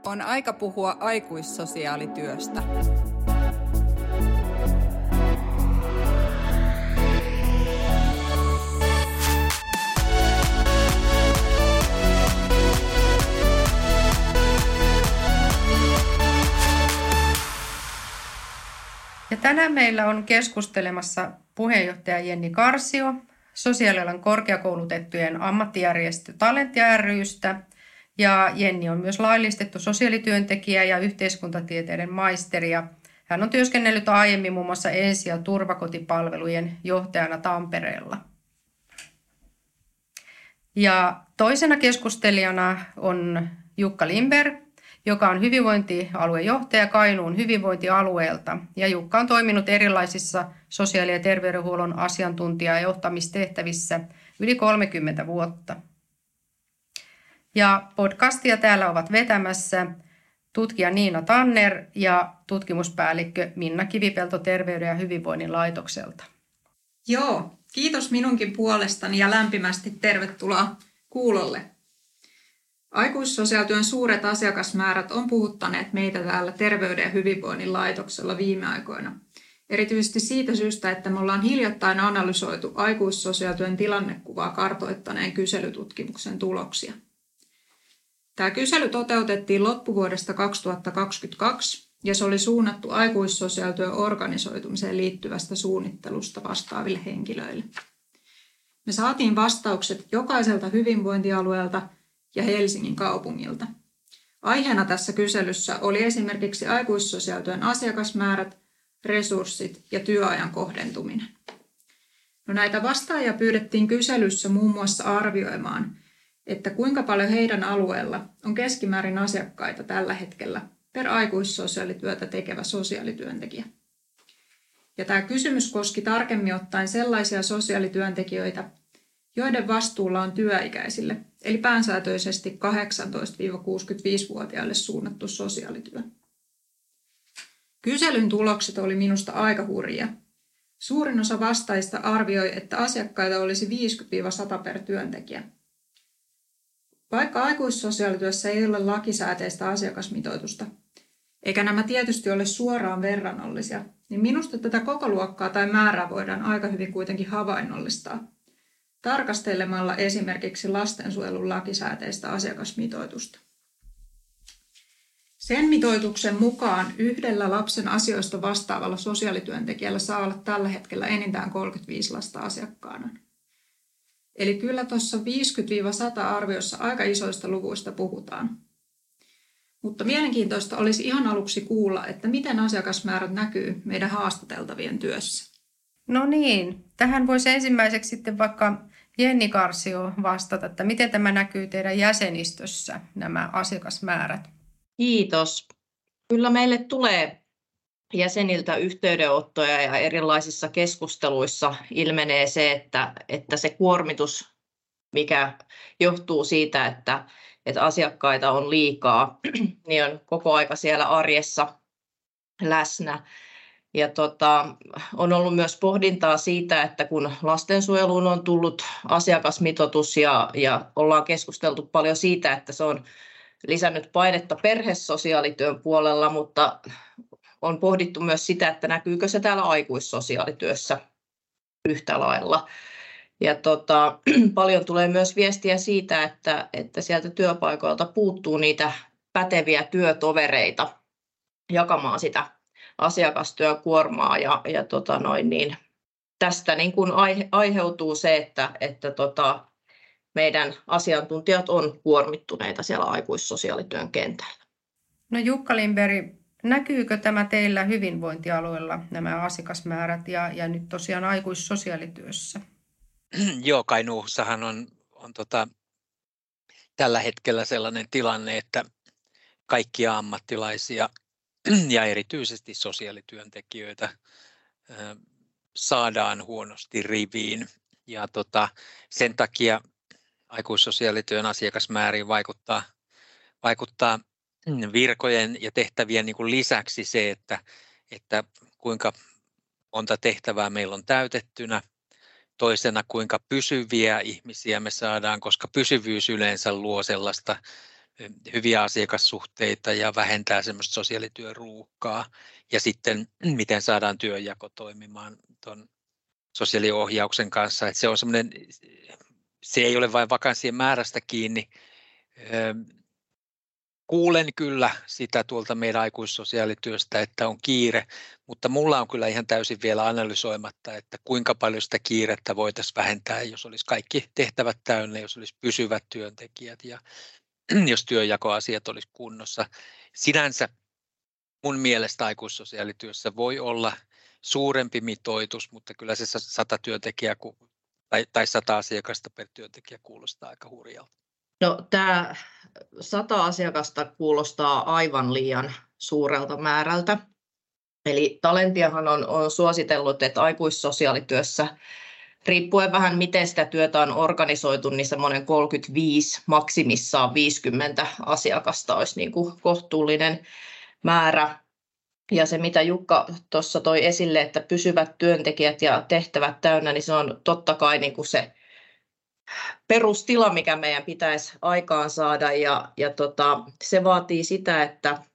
On aika puhua aikuissosiaalityöstä. Ja tänään meillä on keskustelemassa puheenjohtaja Jenni Karsio sosiaalialan korkeakoulutettujen ammattijärjestö Talentia ry:stä. Ja Jenni on myös laillistettu sosiaalityöntekijä ja yhteiskuntatieteiden maisteri. Ja hän on työskennellyt aiemmin muun muassa ensi- ja turvakotipalvelujen johtajana Tampereella. Ja toisena keskustelijana on Jukka Lindberg, joka on hyvinvointialuejohtaja Kainuun hyvinvointialueelta. Ja Jukka on toiminut erilaisissa sosiaali- ja terveydenhuollon asiantuntija- ja johtamistehtävissä yli 30 vuotta. Ja podcastia täällä ovat vetämässä tutkija Niina Tanner ja tutkimuspäällikkö Minna Kivipelto Terveyden ja hyvinvoinnin laitokselta. Joo, kiitos minunkin puolestani ja lämpimästi tervetuloa kuulolle. Aikuissosiaalityön suuret asiakasmäärät on puhuttaneet meitä täällä Terveyden ja hyvinvoinnin laitoksella viime aikoina. Erityisesti siitä syystä, että me ollaan hiljattain analysoitu aikuissosiaalityön tilannekuvaa kartoittaneen kyselytutkimuksen tuloksia. Tämä kysely toteutettiin loppuvuodesta 2022 ja se oli suunnattu aikuissosiaalityön organisoitumiseen liittyvästä suunnittelusta vastaaville henkilöille. Me saatiin vastaukset jokaiselta hyvinvointialueelta ja Helsingin kaupungilta. Aiheena tässä kyselyssä oli esimerkiksi aikuissosiaalityön asiakasmäärät, resurssit ja työajan kohdentuminen. No näitä vastaajia pyydettiin kyselyssä muun muassa arvioimaan, että kuinka paljon heidän alueella on keskimäärin asiakkaita tällä hetkellä per aikuissosiaalityötä tekevä sosiaalityöntekijä. Ja tämä kysymys koski tarkemmin ottaen sellaisia sosiaalityöntekijöitä, joiden vastuulla on työikäisille, eli pääsääntöisesti 18-65-vuotiaille suunnattu sosiaalityö. Kyselyn tulokset oli minusta aika hurjia. Suurin osa vastaajista arvioi, että asiakkaita olisi 50-100 per työntekijä. Vaikka aikuissosiaalityössä ei ole lakisääteistä asiakasmitoitusta, eikä nämä tietysti ole suoraan verrannollisia, niin minusta tätä kokoluokkaa tai määrää voidaan aika hyvin kuitenkin havainnollistaa tarkastelemalla esimerkiksi lastensuojelun lakisääteistä asiakasmitoitusta. Sen mitoituksen mukaan yhdellä lapsen asioista vastaavalla sosiaalityöntekijällä saa olla tällä hetkellä enintään 35 lasta asiakkaana. Eli kyllä tuossa 50-100 arviossa aika isoista luvuista puhutaan. Mutta mielenkiintoista olisi ihan aluksi kuulla, että miten asiakasmäärät näkyy meidän haastateltavien työssä. No niin, tähän voisi ensimmäiseksi sitten vaikka Jenni Karsio vastata, että miten tämä näkyy teidän jäsenistössä, nämä asiakasmäärät? Kiitos. Kyllä meille tulee jäseniltä yhteydenottoja ja erilaisissa keskusteluissa ilmenee se, että se kuormitus, mikä johtuu siitä, että asiakkaita on liikaa, niin on koko aika siellä arjessa läsnä. Ja on ollut myös pohdintaa siitä, että kun lastensuojeluun on tullut asiakasmitoitus ja ollaan keskusteltu paljon siitä, että se on lisännyt painetta perhesosiaalityön puolella, mutta on pohdittu myös sitä, että näkyykö se täällä aikuissosiaalityössä yhtä lailla. Ja paljon tulee myös viestiä siitä, että sieltä työpaikoilta puuttuu niitä päteviä työtovereita jakamaan sitä asiakastyökuormaa niin tästä niin kuin aiheutuu se, että meidän asiantuntijat on kuormittuneita siellä aikuissosiaalityön kentällä. No Jukka Lindberg, näkyykö tämä teillä hyvinvointialueella nämä asiakasmäärät ja nyt tosiaan aikuissosiaalityössä? Joo, Kainuussahan on tällä hetkellä sellainen tilanne, että kaikkia ammattilaisia ja erityisesti sosiaalityöntekijöitä saadaan huonosti riviin. Ja sen takia aikuissosiaalityön asiakasmääriin vaikuttaa virkojen ja tehtävien niin kuin lisäksi se, että kuinka monta tehtävää meillä on täytettynä. Toisena, kuinka pysyviä ihmisiä me saadaan, koska pysyvyys yleensä luo sellaista hyviä asiakassuhteita ja vähentää semmoista sosiaalityön ruuhkaa. Ja sitten miten saadaan työnjako toimimaan tuon sosiaaliohjauksen kanssa. Että se ei ole vain vakanssien määrästä kiinni. Kuulen kyllä sitä tuolta meidän aikuissosiaalityöstä, että on kiire, mutta mulla on kyllä ihan täysin vielä analysoimatta, että kuinka paljon sitä kiirettä voitaisiin vähentää, jos olisi kaikki tehtävät täynnä, jos olisi pysyvät työntekijät ja jos työnjakoasiat olisi kunnossa. Sinänsä mun mielestä aikuissosiaalityössä voi olla suurempi mitoitus, mutta kyllä se 100 työntekijää tai 100 asiakasta per työntekijä kuulostaa aika hurjalta. No, tämä 100 asiakasta kuulostaa aivan liian suurelta määrältä. Eli Talentiahan on suositellut, että aikuissosiaalityössä, riippuen vähän miten sitä työtä on organisoitu, niin semmoinen 35, maksimissaan 50 asiakasta olisi niin kuin kohtuullinen määrä. Ja se, mitä Jukka tuossa toi esille, että pysyvät työntekijät ja tehtävät täynnä, niin se on totta kai niin kuin se perustila, mikä meidän pitäisi aikaan saada. Ja se vaatii sitä,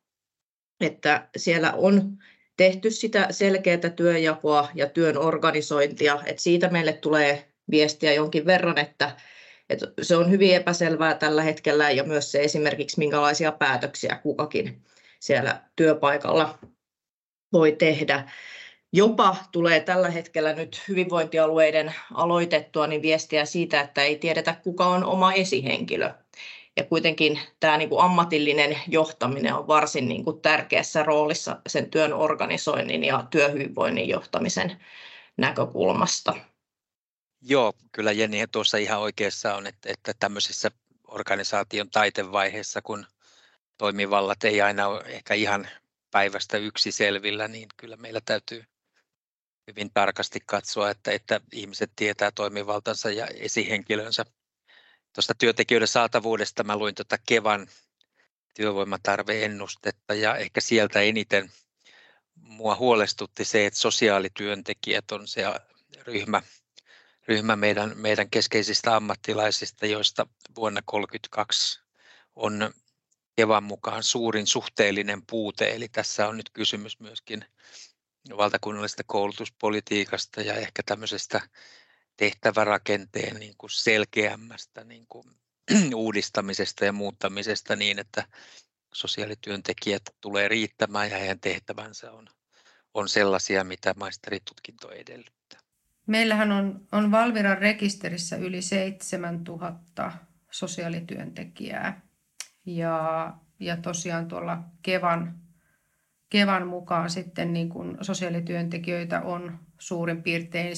että siellä on tehty sitä selkeää työnjakoa ja työn organisointia. Että siitä meille tulee viestiä jonkin verran, että se on hyvin epäselvää tällä hetkellä ja myös se esimerkiksi minkälaisia päätöksiä kukakin siellä työpaikalla voi tehdä. Jopa tulee tällä hetkellä nyt hyvinvointialueiden aloitettua niin viestiä siitä, että ei tiedetä kuka on oma esihenkilö. Ja kuitenkin tämä niin kuin ammatillinen johtaminen on varsin niin kuin tärkeässä roolissa sen työn organisoinnin ja työhyvinvoinnin johtamisen näkökulmasta. Joo, kyllä Jenni tuossa ihan oikeassa on, että tämmöisessä organisaation taitevaiheessa, kun toimivallat ei aina ole ehkä ihan päivästä yksi selvillä, niin kyllä meillä täytyy hyvin tarkasti katsoa, että ihmiset tietää toimivaltansa ja esihenkilönsä. Tuosta työntekijöiden saatavuudesta mä luin Kevan työvoimatarve-ennustetta ja ehkä sieltä eniten mua huolestutti se, että sosiaalityöntekijät on se ryhmä meidän keskeisistä ammattilaisista, joista vuonna 1932 on Kevan mukaan suurin suhteellinen puute, eli tässä on nyt kysymys myöskin valtakunnallisesta koulutuspolitiikasta ja ehkä tämmöisestä tehtävärakenteen niin kuin selkeämmästä niin kuin uudistamisesta ja muuttamisesta niin, että sosiaalityöntekijät tulee riittämään ja heidän tehtävänsä on sellaisia, mitä maisteritutkinto edellyttää. Meillähän on Valviran rekisterissä yli 7000 sosiaalityöntekijää ja tosiaan tuolla Kevan mukaan sitten niin kuin sosiaalityöntekijöitä on suurin piirtein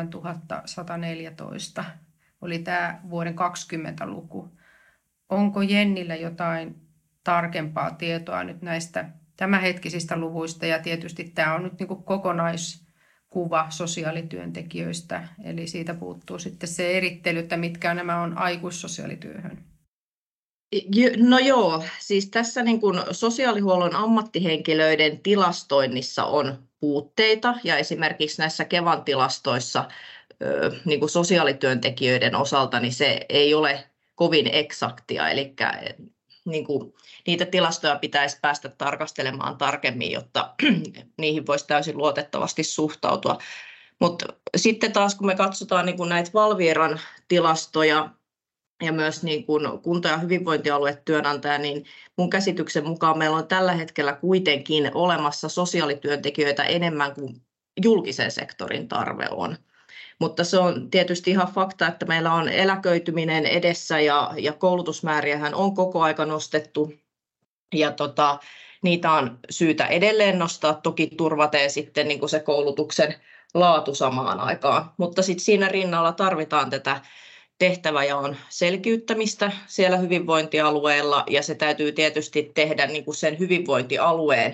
7114, oli tämä vuoden 2020 luku. Onko Jennillä jotain tarkempaa tietoa nyt näistä tämänhetkisistä luvuista? Ja tietysti tämä on nyt niin kuin kokonaiskuva sosiaalityöntekijöistä, eli siitä puuttuu sitten se erittely, että mitkä nämä on aikuissosiaalityöhön. No joo, siis tässä niin kuin sosiaalihuollon ammattihenkilöiden tilastoinnissa on puutteita ja esimerkiksi näissä Kevan tilastoissa niin kuin sosiaalityöntekijöiden osalta niin se ei ole kovin eksaktia, eli niin kuin, niitä tilastoja pitäisi päästä tarkastelemaan tarkemmin, jotta niihin voisi täysin luotettavasti suhtautua. Mutta sitten taas kun me katsotaan niin kuin näitä Valviran tilastoja, ja myös niin kuin kunta- ja hyvinvointialuetyönantaja, niin mun käsityksen mukaan meillä on tällä hetkellä kuitenkin olemassa sosiaalityöntekijöitä enemmän kuin julkisen sektorin tarve on. Mutta se on tietysti ihan fakta, että meillä on eläköityminen edessä ja koulutusmääriähän on koko aika nostettu. Ja niitä on syytä edelleen nostaa, toki turvaten sitten niin kuin se koulutuksen laatu samaan aikaan. Mutta sitten siinä rinnalla tarvitaan tätä tehtäväjaon selkiyttämistä siellä hyvinvointialueella ja se täytyy tietysti tehdä niin kuin sen hyvinvointialueen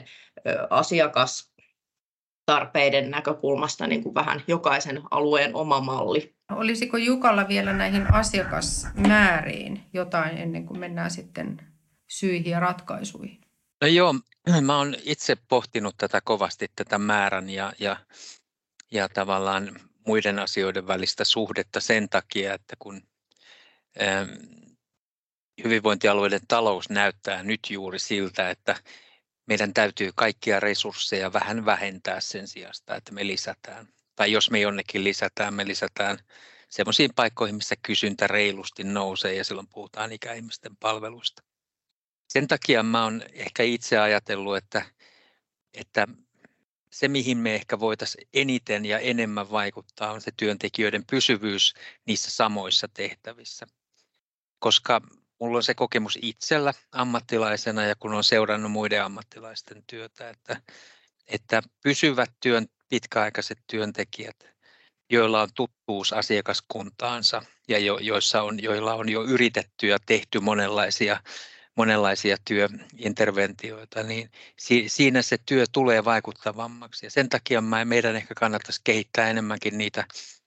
asiakastarpeiden näkökulmasta niin kuin vähän jokaisen alueen oma malli. Olisiko Jukalla vielä näihin asiakasmääriin jotain ennen kuin mennään sitten syihin ja ratkaisuihin? No joo, mä oon itse pohtinut tätä kovasti, tätä määrän ja tavallaan muiden asioiden välistä suhdetta sen takia, että kun hyvinvointialueiden talous näyttää nyt juuri siltä, että meidän täytyy kaikkia resursseja vähän vähentää sen sijasta, että me lisätään. Tai jos me jonnekin me lisätään sellaisiin paikkoihin, missä kysyntä reilusti nousee ja silloin puhutaan ikäihmisten palveluista. Sen takia mä oon ehkä itse ajatellut, että se mihin me ehkä voitaisiin eniten ja enemmän vaikuttaa on se työntekijöiden pysyvyys niissä samoissa tehtävissä. Koska mulla on se kokemus itsellä ammattilaisena ja kun on seurannut muiden ammattilaisten työtä, että pysyvät pitkäaikaiset työntekijät, joilla on tuttuus asiakaskuntaansa ja joilla on jo yritetty ja tehty monenlaisia työinterventioita, niin siinä se työ tulee vaikuttavammaksi. Ja sen takia meidän ehkä kannattaisi kehittää enemmänkin niitä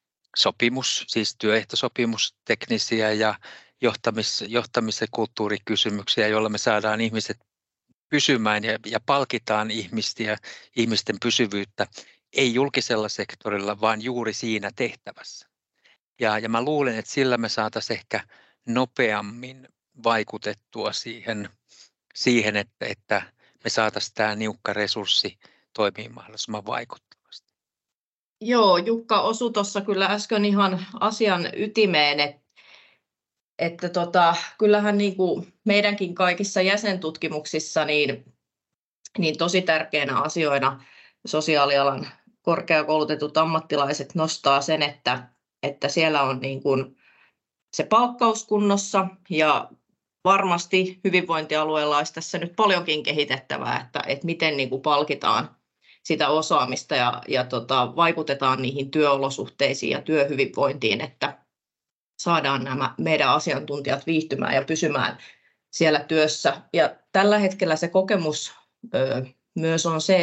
siis työehtosopimusteknisiä ja johtamis- ja kulttuurikysymyksiä, joilla me saadaan ihmiset pysymään ja palkitaan ihmisten pysyvyyttä, ei julkisella sektorilla, vaan juuri siinä tehtävässä. Ja mä luulen, että sillä me saataisiin ehkä nopeammin vaikutettua siihen että me saataisiin tämä niukka resurssi toimii mahdollisimman vaikuttavasti. Joo, Jukka osui tuossa kyllä äsken ihan asian ytimeen, että kyllähän niin kuin meidänkin kaikissa jäsentutkimuksissa niin tosi tärkeänä asioina sosiaalialan korkeakoulutetut ammattilaiset nostaa sen, että siellä on niin kuin se palkkaus kunnossa ja varmasti hyvinvointialueella olisi tässä nyt paljonkin kehitettävää, että miten niin kuin palkitaan sitä osaamista ja vaikutetaan niihin työolosuhteisiin ja työhyvinvointiin, että saadaan nämä meidän asiantuntijat viihtymään ja pysymään siellä työssä. Ja tällä hetkellä se kokemus myös on se,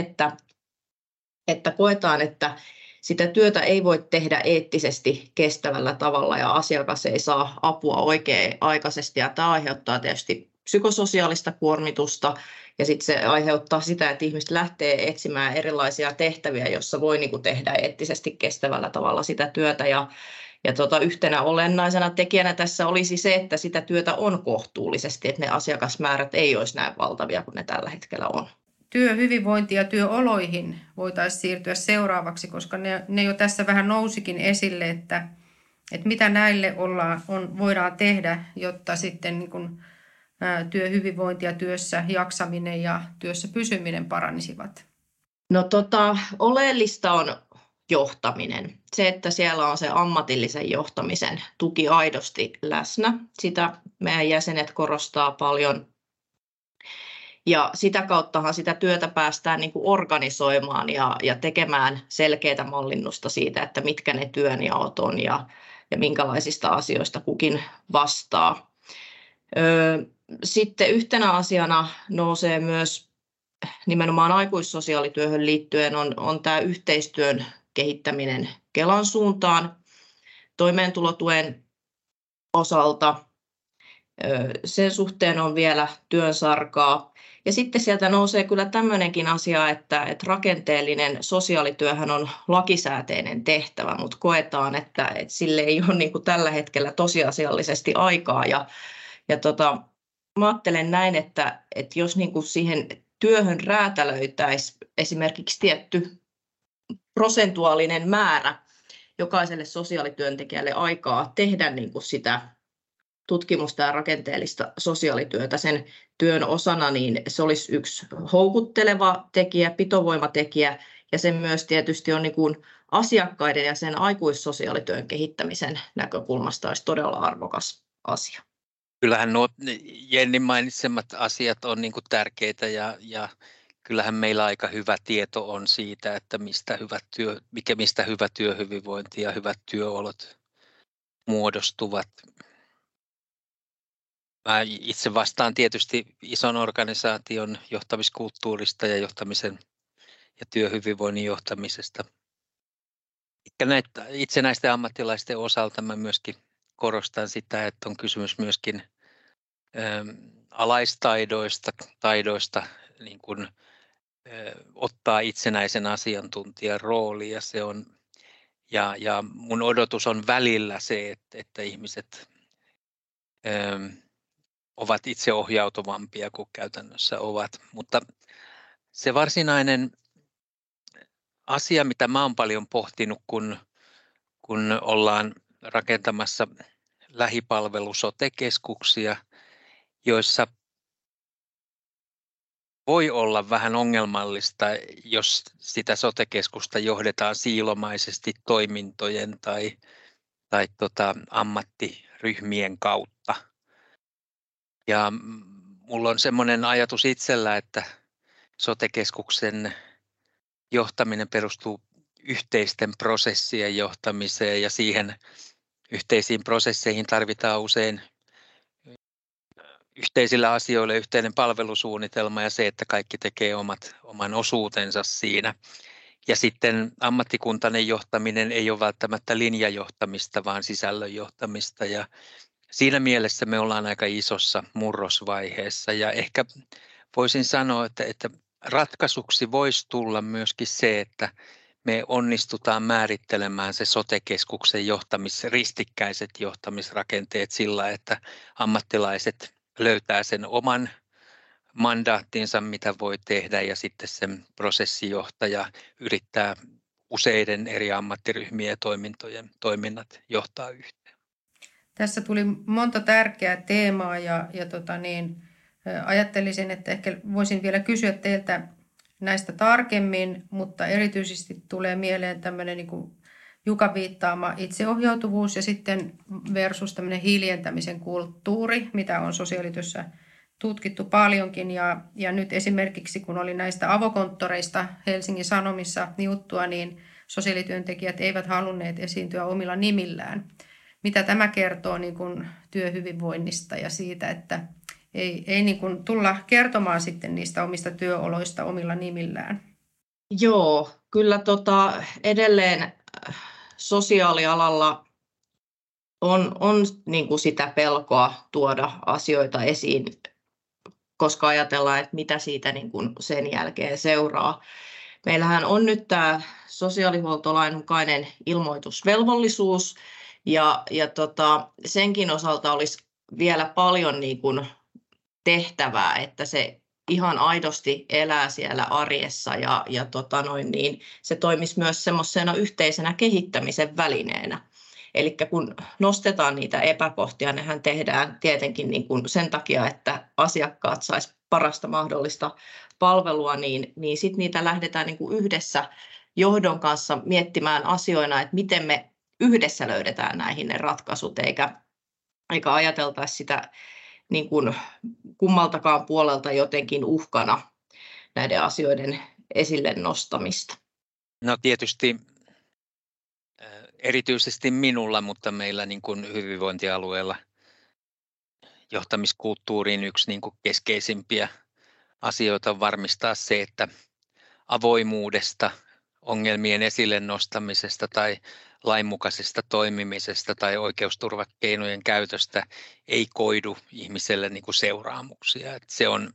että koetaan, että sitä työtä ei voi tehdä eettisesti kestävällä tavalla ja asiakas ei saa apua oikea-aikaisesti. Ja tämä aiheuttaa tietysti psykososiaalista kuormitusta ja sitten se aiheuttaa sitä, että ihmiset lähtee etsimään erilaisia tehtäviä, joissa voi niin kuin tehdä eettisesti kestävällä tavalla sitä työtä. Ja yhtenä olennaisena tekijänä tässä olisi se, että sitä työtä on kohtuullisesti, että ne asiakasmäärät ei olisi näin valtavia kuin ne tällä hetkellä on. Työhyvinvointi ja työoloihin voitaisiin siirtyä seuraavaksi, koska ne jo tässä vähän nousikin esille, että mitä näille voidaan tehdä, jotta sitten niin kuin työhyvinvointi ja työssä jaksaminen ja työssä pysyminen paranisivat. No oleellista on johtaminen. Se, että siellä on se ammatillisen johtamisen tuki aidosti läsnä. Sitä meidän jäsenet korostaa paljon. Ja sitä kauttahan sitä työtä päästään niin kuin organisoimaan ja tekemään selkeää mallinnusta siitä, että mitkä ne työnjaot on ja minkälaisista asioista kukin vastaa. Sitten yhtenä asiana nousee myös nimenomaan aikuissosiaalityöhön liittyen on tämä yhteistyön kehittäminen Kelan suuntaan toimeentulotuen osalta. Sen suhteen on vielä työnsarkaa. Ja sitten sieltä nousee kyllä tämmöinenkin asia, että rakenteellinen sosiaalityöhän on lakisääteinen tehtävä, mutta koetaan, että sille ei ole niin kuin tällä hetkellä tosiasiallisesti aikaa. Ja mä ajattelen näin, että jos niin kuin siihen työhön räätälöitäisiin esimerkiksi tietty prosentuaalinen määrä jokaiselle sosiaalityöntekijälle aikaa tehdä niin kuin sitä tutkimusta ja rakenteellista sosiaalityötä sen työn osana, niin se olisi yksi houkutteleva tekijä, pitovoimatekijä, ja se myös tietysti on niin kuin asiakkaiden ja sen aikuissosiaalityön kehittämisen näkökulmasta olisi todella arvokas asia. Kyllähän nuo Jennin mainitsemat asiat on niin kuin tärkeitä ja kyllähän meillä aika hyvä tieto on siitä, että mistä hyvä työhyvinvointi ja hyvät työolot muodostuvat. Mä itse vastaan tietysti ison organisaation johtamiskulttuurista ja johtamisen ja työhyvinvoinnin johtamisesta. Itsenäisten ammattilaisten osalta mä myöskin korostan sitä, että on kysymys myöskin alaistaidoista niin kuin, ottaa itsenäisen asiantuntijan rooli ja mun odotus on välillä se, että ihmiset ovat itseohjautuvampia kuin käytännössä ovat. Mutta se varsinainen asia, mitä mä oon paljon pohtinut, kun ollaan rakentamassa lähipalvelu-sote-keskuksia, joissa voi olla vähän ongelmallista, jos sitä sote-keskusta johdetaan siilomaisesti toimintojen tai ammattiryhmien kautta. Ja mulla on semmoinen ajatus itsellä, että sote-keskuksen johtaminen perustuu yhteisten prosessien johtamiseen ja siihen yhteisiin prosesseihin tarvitaan usein yhteisillä asioilla yhteinen palvelusuunnitelma ja se, että kaikki tekee oman osuutensa siinä. Ja sitten ammattikuntainen johtaminen ei ole välttämättä linjajohtamista, vaan sisällön johtamista. Ja siinä mielessä me ollaan aika isossa murrosvaiheessa. Ja ehkä voisin sanoa, että ratkaisuksi voisi tulla myöskin se, että me onnistutaan määrittelemään se sote-keskuksen ristikkäiset johtamisrakenteet sillä, että ammattilaiset löytää sen oman mandaattinsa, mitä voi tehdä, ja sitten sen prosessijohtaja yrittää useiden eri ammattiryhmien ja toiminnat johtaa yhteen. Tässä tuli monta tärkeää teemaa ja ajattelisin, että ehkä voisin vielä kysyä teiltä näistä tarkemmin, mutta erityisesti tulee mieleen tämmöinen niin kuin Jukan viittaama itseohjautuvuus ja sitten versus tämmöinen hiljentämisen kulttuuri, mitä on sosiaalityössä tutkittu paljonkin. Ja nyt esimerkiksi kun oli näistä avokonttoreista Helsingin Sanomissa juttua, niin sosiaalityöntekijät eivät halunneet esiintyä omilla nimillään. Mitä tämä kertoo niin kuin työhyvinvoinnista ja siitä, että ei niin kuin tulla kertomaan sitten niistä omista työoloista omilla nimillään? Joo, kyllä edelleen sosiaalialalla on niin kuin sitä pelkoa tuoda asioita esiin, koska ajatellaan, että mitä siitä niin kuin sen jälkeen seuraa. Meillähän on nyt tämä sosiaalihuoltolain mukainen ilmoitusvelvollisuus ja senkin osalta olisi vielä paljon niin kuin tehtävää, että se ihan aidosti elää siellä arjessa ja se toimisi myös semmoisena yhteisenä kehittämisen välineenä. Eli kun nostetaan niitä epäkohtia, nehän tehdään tietenkin niin kuin sen takia, että asiakkaat sais parasta mahdollista palvelua, niin sitten niitä lähdetään niin kuin yhdessä johdon kanssa miettimään asioina, että miten me yhdessä löydetään näihin ne ratkaisut, eikä ajateltaisi sitä niin kuin kummaltakaan puolelta jotenkin uhkana näiden asioiden esille nostamista. No tietysti erityisesti minulla, mutta meillä niin kuin hyvinvointialueella johtamiskulttuuriin yksi niin kuin keskeisimpiä asioita on varmistaa se, että avoimuudesta, ongelmien esille nostamisesta tai lainmukaisesta toimimisesta tai oikeusturvakeinojen käytöstä ei koidu ihmiselle niin kuin seuraamuksia. Että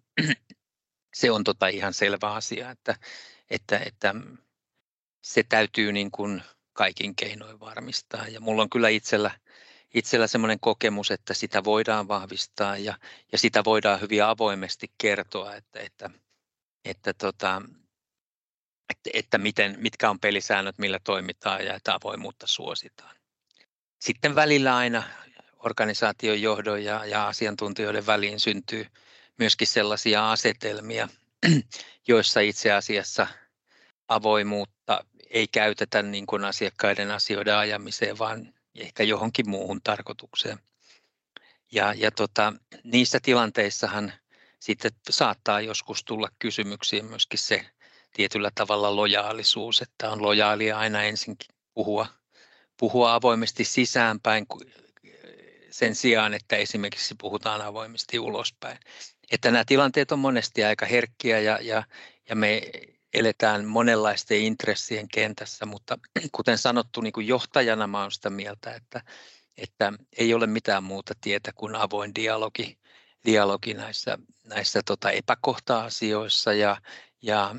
se on ihan selvä asia, että se täytyy niin kuin kaikin keinoin varmistaa. Ja mulla on kyllä itsellä semmoinen kokemus, että sitä voidaan vahvistaa ja sitä voidaan hyvin avoimesti kertoa, että mitkä on pelisäännöt, millä toimitaan ja että avoimuutta suositaan. Sitten välillä aina organisaation johdon ja asiantuntijoiden väliin syntyy myöskin sellaisia asetelmia, joissa itse asiassa avoimuutta ei käytetä niin kuin asiakkaiden asioiden ajamiseen, vaan ehkä johonkin muuhun tarkoitukseen. Ja niissä tilanteissahan sitten saattaa joskus tulla kysymyksiin myöskin se tietyllä tavalla lojaalisuus, että on lojaalia aina ensinkin puhua avoimesti sisäänpäin sen sijaan, että esimerkiksi puhutaan avoimesti ulospäin. Että nämä tilanteet on monesti aika herkkiä ja me eletään monenlaisten intressien kentässä, mutta kuten sanottu, niin kuin johtajana mä olen sitä mieltä, että ei ole mitään muuta tietä kuin avoin dialogi näissä epäkohta-asioissa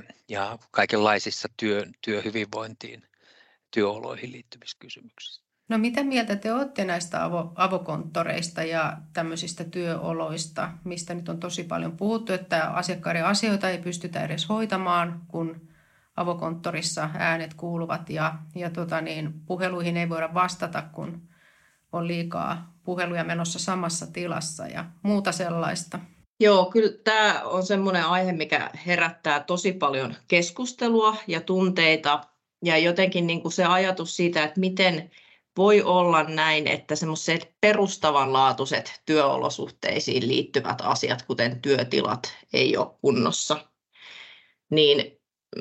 ja kaikenlaisissa työhyvinvointiin, työoloihin liittyvissä kysymyksissä. No mitä mieltä te olette näistä avokonttoreista ja tämmöisistä työoloista, mistä nyt on tosi paljon puhuttu, että asiakkaiden asioita ei pystytä edes hoitamaan, kun avokonttorissa äänet kuuluvat ja puheluihin ei voida vastata, kun on liikaa puheluja menossa samassa tilassa ja muuta sellaista. Joo, kyllä tämä on semmoinen aihe, mikä herättää tosi paljon keskustelua ja tunteita ja jotenkin niin kuin se ajatus siitä, että miten voi olla näin, että semmoiset perustavanlaatuiset työolosuhteisiin liittyvät asiat, kuten työtilat, ei ole kunnossa, niin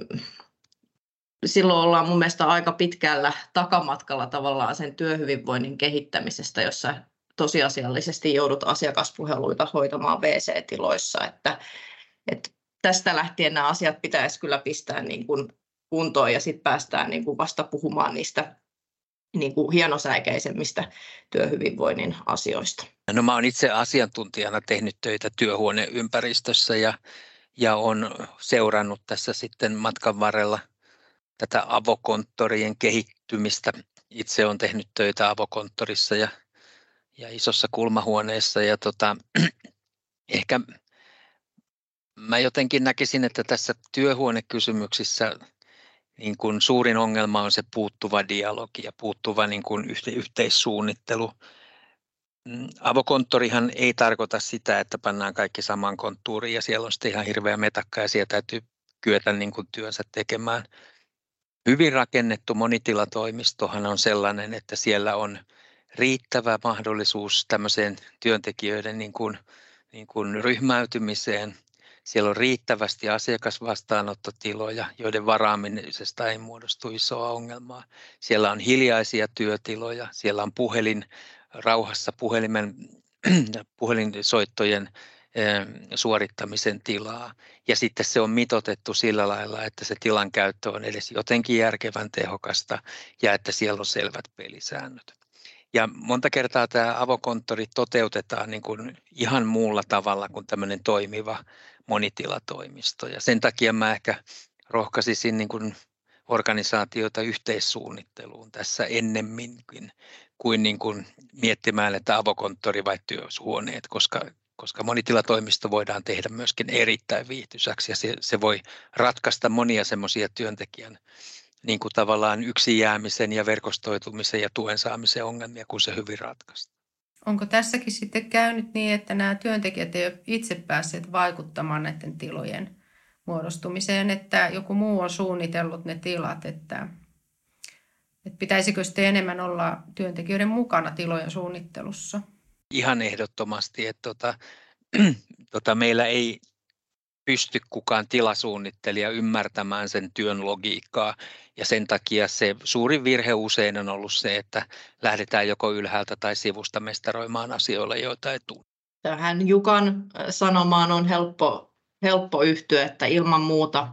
silloin ollaan mun mielestä aika pitkällä takamatkalla tavallaan sen työhyvinvoinnin kehittämisestä, jossa tosiasiallisesti joudut asiakaspuheluita hoitamaan WC-tiloissa. Että tästä lähtien nämä asiat pitäisi kyllä pistää niin kuin kuntoon ja sitten päästään niin kuin vasta puhumaan niistä niin kuin hienosäikeisemmistä työhyvinvoinnin asioista. No mä olen itse asiantuntijana tehnyt töitä työhuoneympäristössä ja olen seurannut tässä sitten matkan varrella tätä avokonttorien kehittymistä. Itse olen tehnyt töitä avokonttorissa ja isossa kulmahuoneessa ja ehkä mä jotenkin näkisin, että tässä työhuonekysymyksissä niin kuin suurin ongelma on se puuttuva dialogi ja puuttuva niin kuin yhteissuunnittelu. Avokonttorihan ei tarkoita sitä, että pannaan kaikki samaan konttuuriin ja siellä on sitten ihan hirveä metakka ja siellä täytyy kyetä niin kuin työnsä tekemään. Hyvin rakennettu monitilatoimistohan on sellainen, että siellä on riittävä mahdollisuus tämmöiseen työntekijöiden niin kuin ryhmäytymiseen. Siellä on riittävästi asiakasvastaanottotiloja, joiden varaamisesta ei muodostu isoa ongelmaa. Siellä on hiljaisia työtiloja, siellä on puhelin rauhassa puhelinsoittojen suorittamisen tilaa. Ja sitten se on mitoitettu sillä lailla, että se tilan käyttö on edes jotenkin järkevän tehokasta ja että siellä on selvät pelisäännöt. Ja monta kertaa tämä avokonttori toteutetaan niin kuin ihan muulla tavalla kuin tämmöinen toimiva monitilatoimisto. Ja sen takia mä ehkä rohkaisisin niin kuin organisaatioita yhteissuunnitteluun tässä ennemminkin kuin, niin kuin miettimään, että avokonttori vai työhuoneet, koska monitilatoimisto voidaan tehdä myöskin erittäin viihtyisäksi ja se voi ratkaista monia semmoisia työntekijän niin kuin tavallaan yksin jäämisen ja verkostoitumisen ja tuen saamisen ongelmia, kun se hyvin ratkaistaan. Onko tässäkin sitten käynyt niin, että nämä työntekijät eivät ole itse päässeet vaikuttamaan näiden tilojen muodostumiseen, että joku muu on suunnitellut ne tilat, että pitäisikö sitten enemmän olla työntekijöiden mukana tilojen suunnittelussa? Ihan ehdottomasti, että meillä ei pysty kukaan tilasuunnittelija ymmärtämään sen työn logiikkaa ja sen takia se suurin virhe usein on ollut se, että lähdetään joko ylhäältä tai sivusta mestaroimaan asioilla, joita ei tule. Tähän Jukan sanomaan on helppo yhtyä, että ilman muuta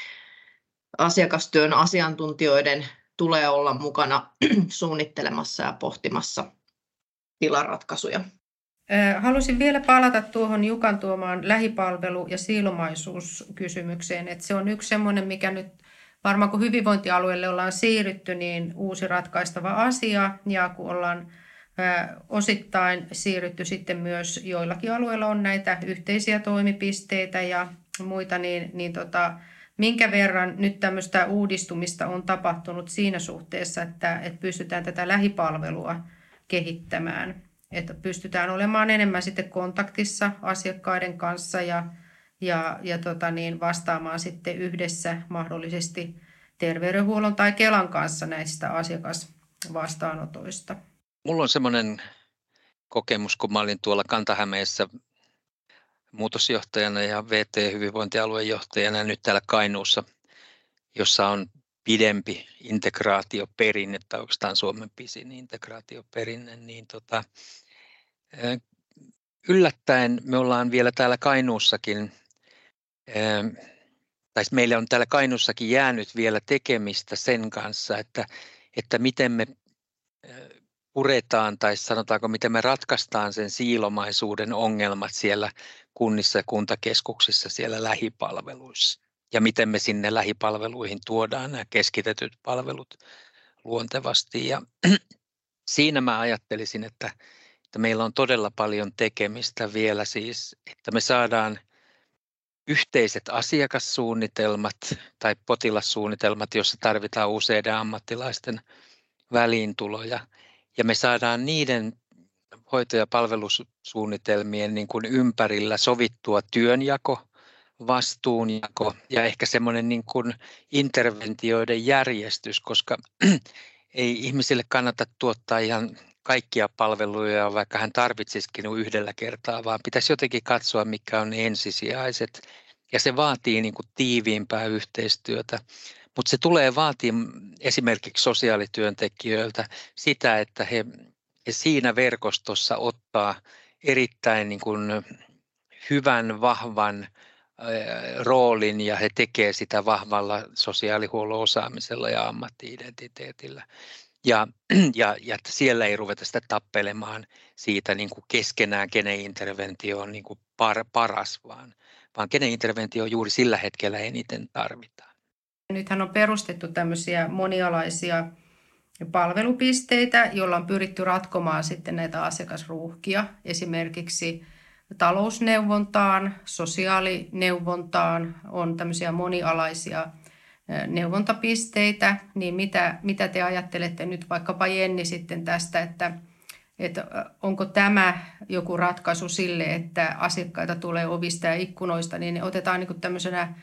asiakastyön asiantuntijoiden tulee olla mukana suunnittelemassa ja pohtimassa tilaratkaisuja. Haluaisin vielä palata tuohon Jukan tuomaan lähipalvelu- ja siilomaisuuskysymykseen, että se on yksi semmoinen, mikä nyt varmaan kun hyvinvointialueelle ollaan siirrytty, niin uusi ratkaistava asia ja kun ollaan osittain siirrytty sitten myös joillakin alueilla on näitä yhteisiä toimipisteitä ja muita, niin minkä verran nyt tämmöistä uudistumista on tapahtunut siinä suhteessa, että pystytään tätä lähipalvelua kehittämään, että pystytään olemaan enemmän sitten kontaktissa asiakkaiden kanssa ja vastaamaan sitten yhdessä mahdollisesti terveydenhuollon tai Kelan kanssa näistä asiakasvastaanotoista. Mulla on semmoinen kokemus, kun mä olin tuolla Kanta-Hämeessä muutosjohtajana ja VT-hyvinvointialueen johtajana ja nyt täällä Kainuussa, jossa on pidempi integraatioperinne, tai oikeastaan Suomen pisin integraatioperinne, niin yllättäen me ollaan vielä täällä Kainuussakin, tai meillä on täällä Kainuussakin jäänyt vielä tekemistä sen kanssa, että miten me puretaan tai sanotaanko miten me ratkaistaan sen siilomaisuuden ongelmat siellä kunnissa ja kuntakeskuksissa siellä lähipalveluissa. Ja miten me sinne lähipalveluihin tuodaan nämä keskitetyt palvelut luontevasti. Ja siinä mä ajattelisin, että meillä on todella paljon tekemistä vielä siis, että me saadaan yhteiset asiakassuunnitelmat tai potilassuunnitelmat, joissa tarvitaan useiden ammattilaisten väliintuloja, ja me saadaan niiden hoito- ja palvelusuunnitelmien niin kuin ympärillä sovittua työnjako, vastuunjako ja ehkä semmoinen niin kuin interventioiden järjestys, koska ei ihmisille kannata tuottaa ihan kaikkia palveluja, vaikka hän tarvitsisikin yhdellä kertaa, vaan pitäisi jotenkin katsoa, mikä on ne ensisijaiset. Ja se vaatii niin kuin tiiviimpää yhteistyötä, mutta se tulee vaatii esimerkiksi sosiaalityöntekijöiltä sitä, että he siinä verkostossa ottaa erittäin niin kuin hyvän, vahvan roolin ja he tekevät sitä vahvalla sosiaalihuollon osaamisella ja ammatti-identiteetillä. Ja siellä ei ruveta sitä tappelemaan siitä niin kuin keskenään, kenen interventio on niin kuin paras, vaan kenen interventio juuri sillä hetkellä eniten tarvitaan. Nythän on perustettu tämmöisiä monialaisia palvelupisteitä, joilla on pyritty ratkomaan sitten näitä asiakasruuhkia, esimerkiksi talousneuvontaan, sosiaalineuvontaan on tämmöisiä monialaisia neuvontapisteitä, niin mitä te ajattelette nyt vaikkapa Jenni sitten tästä, että onko tämä joku ratkaisu sille, että asiakkaita tulee ovista ja ikkunoista, niin ne otetaan niin kuin tämmöisenä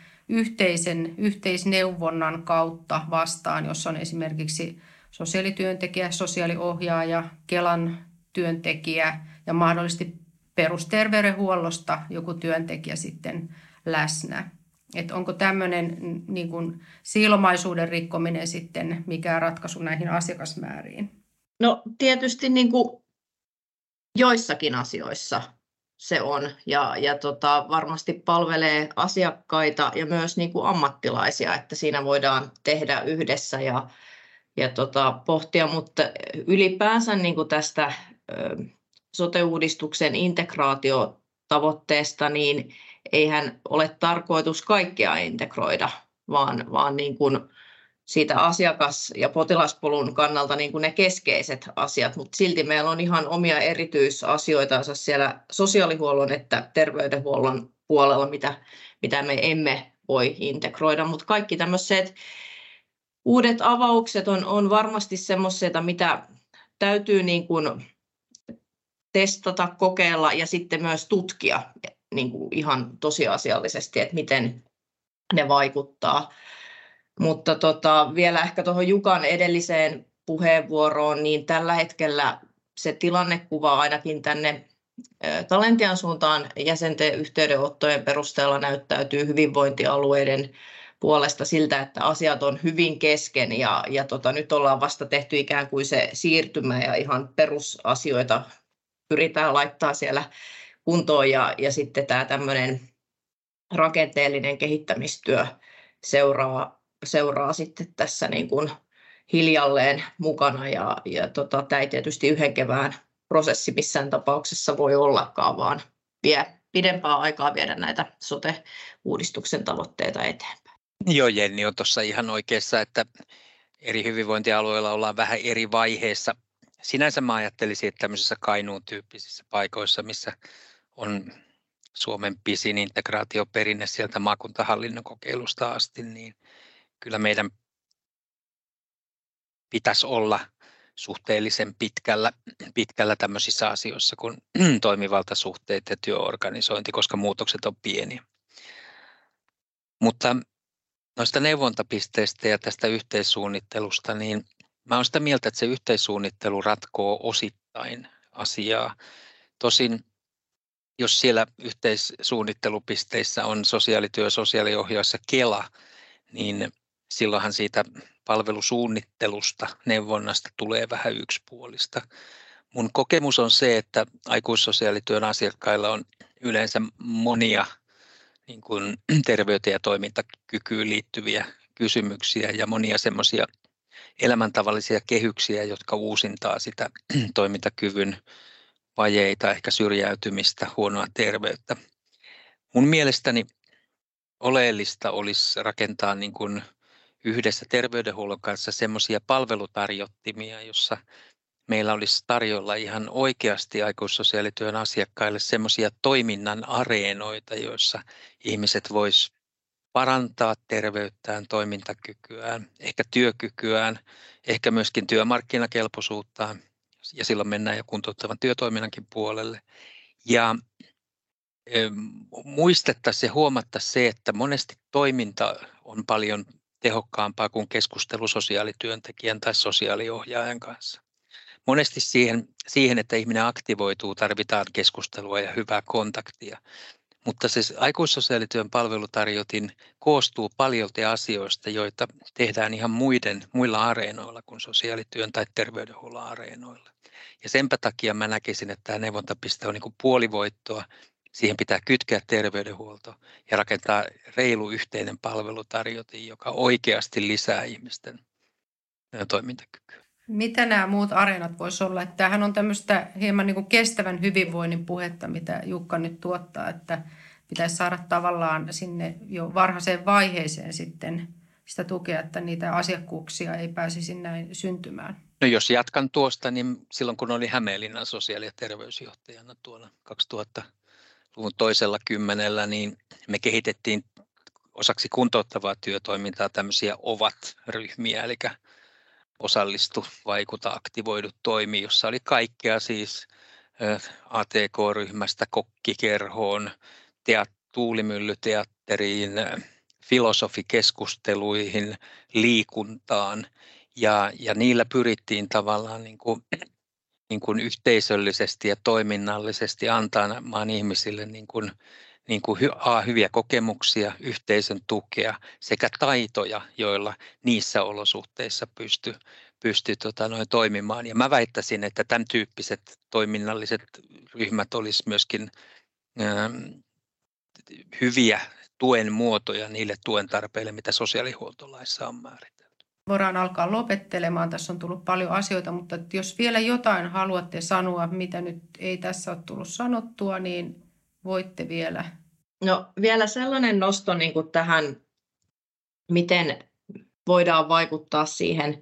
yhteisneuvonnan kautta vastaan, jossa on esimerkiksi sosiaalityöntekijä, sosiaaliohjaaja, Kelan työntekijä ja mahdollisesti perusterveydenhuollosta joku työntekijä sitten läsnä. Että onko tämmöinen niin kuin siilomaisuuden rikkominen sitten mikään ratkaisu näihin asiakasmääriin? No tietysti niin kuin joissakin asioissa se on ja varmasti palvelee asiakkaita ja myös niin kuin ammattilaisia, että siinä voidaan tehdä yhdessä ja pohtia, mutta ylipäänsä niin kuin tästä sote-uudistuksen integraatiotavoitteesta, niin eihän ole tarkoitus kaikkea integroida, vaan niin kuin siitä asiakas- ja potilaspolun kannalta niin kuin ne keskeiset asiat, mutta silti meillä on ihan omia erityisasioita siellä sosiaalihuollon että terveydenhuollon puolella, mitä me emme voi integroida, mutta kaikki tämmöiset uudet avaukset on varmasti semmoisia, mitä täytyy niin kuin testata, kokeilla ja sitten myös tutkia niin kuin ihan tosiasiallisesti, että miten ne vaikuttaa. Mutta vielä ehkä tuohon Jukan edelliseen puheenvuoroon, niin tällä hetkellä se tilannekuva ainakin tänne Talentian suuntaan jäsenten yhteydenottojen perusteella näyttäytyy hyvinvointialueiden puolesta siltä, että asiat on hyvin kesken ja nyt ollaan vasta tehty ikään kuin se siirtymä ja ihan perusasioita pyritään laittaa siellä kuntoon ja sitten tämä tämmöinen rakenteellinen kehittämistyö seuraa sitten tässä niin kuin hiljalleen mukana ja tämä ei tietysti yhden kevään prosessi missään tapauksessa voi ollakaan, vaan vie pidempää aikaa viedä näitä sote-uudistuksen tavoitteita eteenpäin. Joo, Jenni on tuossa ihan oikeassa, että eri hyvinvointialueilla ollaan vähän eri vaiheessa. Sinänsä mä ajattelisin, että tämmöisissä Kainuun tyyppisissä paikoissa, missä on Suomen pisin integraatioperinne sieltä maakuntahallinnon kokeilusta asti, niin kyllä meidän pitäisi olla suhteellisen pitkällä tämmöisissä asioissa kuin toimivaltasuhteet ja työorganisointi, koska muutokset on pieniä. Mutta noista neuvontapisteistä ja tästä yhteissuunnittelusta, niin mä olen sitä mieltä, että se yhteissuunnittelu ratkoo osittain asiaa. Tosin jos siellä yhteissuunnittelupisteissä on sosiaalityö, sosiaaliohjaus ja Kela, niin silloinhan siitä palvelusuunnittelusta, neuvonnasta tulee vähän yksipuolista. Mun kokemus on se, että aikuissosiaalityön asiakkailla on yleensä monia niin kuin terveyteen ja toimintakykyyn liittyviä kysymyksiä ja monia semmoisia elämäntavallisia kehyksiä, jotka uusintaa sitä toimintakyvyn vajeita, ehkä syrjäytymistä, huonoa terveyttä. Mun mielestäni oleellista olisi rakentaa niin kuin yhdessä terveydenhuollon kanssa semmoisia palvelutarjottimia, jossa meillä olisi tarjolla ihan oikeasti aikuissosiaalityön asiakkaille semmoisia toiminnan areenoita, joissa ihmiset vois parantaa terveyttään, toimintakykyään, ehkä työkykyään, ehkä myöskin työmarkkinakelpoisuuttaan, ja silloin mennään jo kuntouttavan työtoiminnankin puolelle. Ja muistettaisiin ja huomattaisiin se, että monesti toiminta on paljon tehokkaampaa kuin keskustelu sosiaalityöntekijän tai sosiaaliohjaajan kanssa. Monesti siihen, että ihminen aktivoituu, tarvitaan keskustelua ja hyvää kontaktia. Mutta se aikuissosiaalityön palvelutarjotin koostuu paljolti asioista, joita tehdään ihan muilla areenoilla kuin sosiaalityön tai terveydenhuollon areenoilla. Ja senpä takia mä näkisin, että tämä neuvontapiste on niin kuin puolivoittoa. Siihen pitää kytkeä terveydenhuolto ja rakentaa reilu yhteinen palvelutarjotin, joka oikeasti lisää ihmisten toimintakykyä. Mitä nämä muut areenat voisi olla? Että tämähän on tämmöistä hieman niin kuin kestävän hyvinvoinnin puhetta, mitä Jukka nyt tuottaa, että pitäisi saada tavallaan sinne jo varhaiseen vaiheeseen sitten sitä tukea, että niitä asiakkuuksia ei pääsisi näin syntymään. No jos jatkan tuosta, niin silloin kun olin Hämeenlinnan sosiaali- ja terveysjohtajana tuolla 2000-luvun toisella kymmenellä, niin me kehitettiin osaksi kuntouttavaa työtoimintaa tämmöisiä OVAT-ryhmiä, eli osallistu, vaikuta, aktivoidu, toimi, jossa oli kaikkea siis ATK-ryhmästä kokkikerhoon, tuulimyllyteatteriin, filosofikeskusteluihin, liikuntaan ja niillä pyrittiin tavallaan niin kuin yhteisöllisesti ja toiminnallisesti antamaan ihmisille niin kuin hyviä kokemuksia, yhteisön tukea sekä taitoja, joilla niissä olosuhteissa pystyy toimimaan. Ja mä väittäisin, että tämän tyyppiset toiminnalliset ryhmät olisi myöskin hyviä tuen muotoja niille tuen tarpeille, mitä sosiaalihuoltolaissa on määritelty. Voidaan alkaa lopettelemaan. Tässä on tullut paljon asioita, mutta jos vielä jotain haluatte sanoa, mitä nyt ei tässä ole tullut sanottua, niin voitte vielä. No vielä sellainen nosto niin kuin tähän, miten voidaan vaikuttaa siihen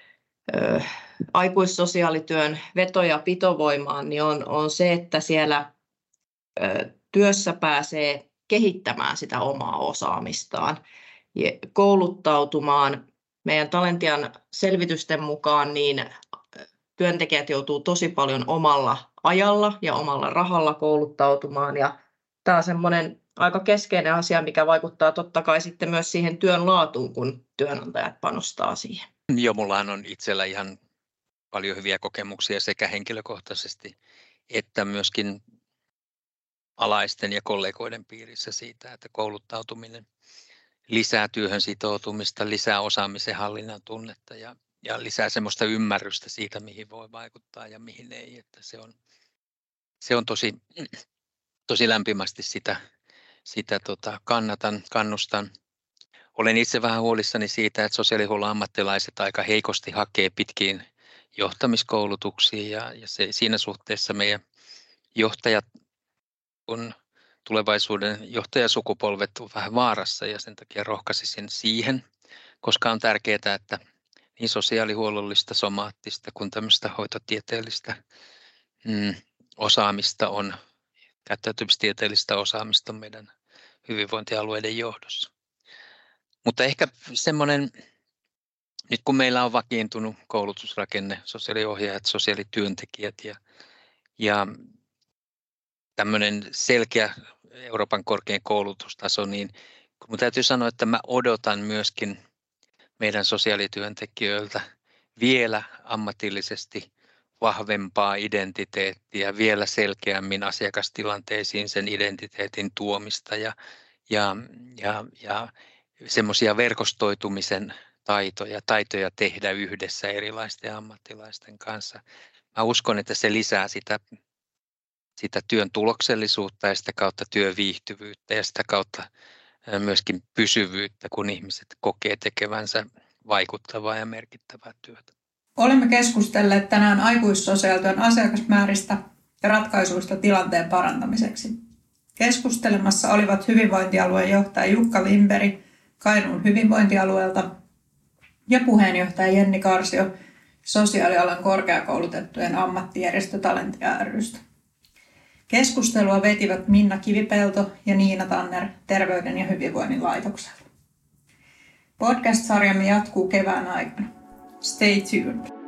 aikuissosiaalityön veto- ja pitovoimaan, niin on se, että siellä työssä pääsee kehittämään sitä omaa osaamistaan, kouluttautumaan. Meidän Talentian selvitysten mukaan niin työntekijät joutuu tosi paljon omalla ajalla ja omalla rahalla kouluttautumaan, ja tämä on semmoinen aika keskeinen asia, mikä vaikuttaa totta kai sitten myös siihen työn laatuun, kun työnantajat panostaa siihen. Joo, mullahan on itsellä ihan paljon hyviä kokemuksia sekä henkilökohtaisesti että myöskin alaisten ja kollegoiden piirissä siitä, että kouluttautuminen lisää työhön sitoutumista, lisää osaamisen hallinnan tunnetta ja lisää semmoista ymmärrystä siitä, mihin voi vaikuttaa ja mihin ei. Että se on tosi lämpimästi sitä kannustan. Olen itse vähän huolissani siitä, että sosiaalihuollon ammattilaiset aika heikosti hakee pitkiin johtamiskoulutuksiin ja siinä suhteessa meidän johtajat on tulevaisuuden johtajasukupolvet on vähän vaarassa ja sen takia rohkaisisin siihen, koska on tärkeää, että niin sosiaalihuollollista, somaattista kuin tämmöistä hoitotieteellistä osaamista on, käyttäytymistieteellistä osaamista on meidän hyvinvointialueiden johdossa. Mutta ehkä semmoinen, nyt kun meillä on vakiintunut koulutusrakenne, sosiaaliohjaajat, sosiaalityöntekijät ja tämmöinen selkeä Euroopan korkein koulutustaso, niin mun täytyy sanoa, että mä odotan myöskin meidän sosiaalityöntekijöiltä vielä ammatillisesti vahvempaa identiteettiä, vielä selkeämmin asiakastilanteisiin sen identiteetin tuomista ja semmoisia verkostoitumisen taitoja tehdä yhdessä erilaisten ammattilaisten kanssa. Mä uskon, että se lisää sitä työn tuloksellisuutta ja sitä kautta työviihtyvyyttä ja sitä kautta myöskin pysyvyyttä, kun ihmiset kokee tekevänsä vaikuttavaa ja merkittävää työtä. Olemme keskustelleet tänään aikuissosiaalityön asiakasmääristä ja ratkaisuista tilanteen parantamiseksi. Keskustelemassa olivat hyvinvointialueen johtaja Jukka Lindberg Kainuun hyvinvointialueelta ja puheenjohtaja Jenni Karsio sosiaalialan korkeakoulutettujen ammattijärjestö Talentia ry:stä. Keskustelua vetivät Minna Kivipelto ja Niina Tanner Terveyden ja hyvinvoinnin laitokselta. Podcast-sarjamme jatkuu kevään aikana. Stay tuned!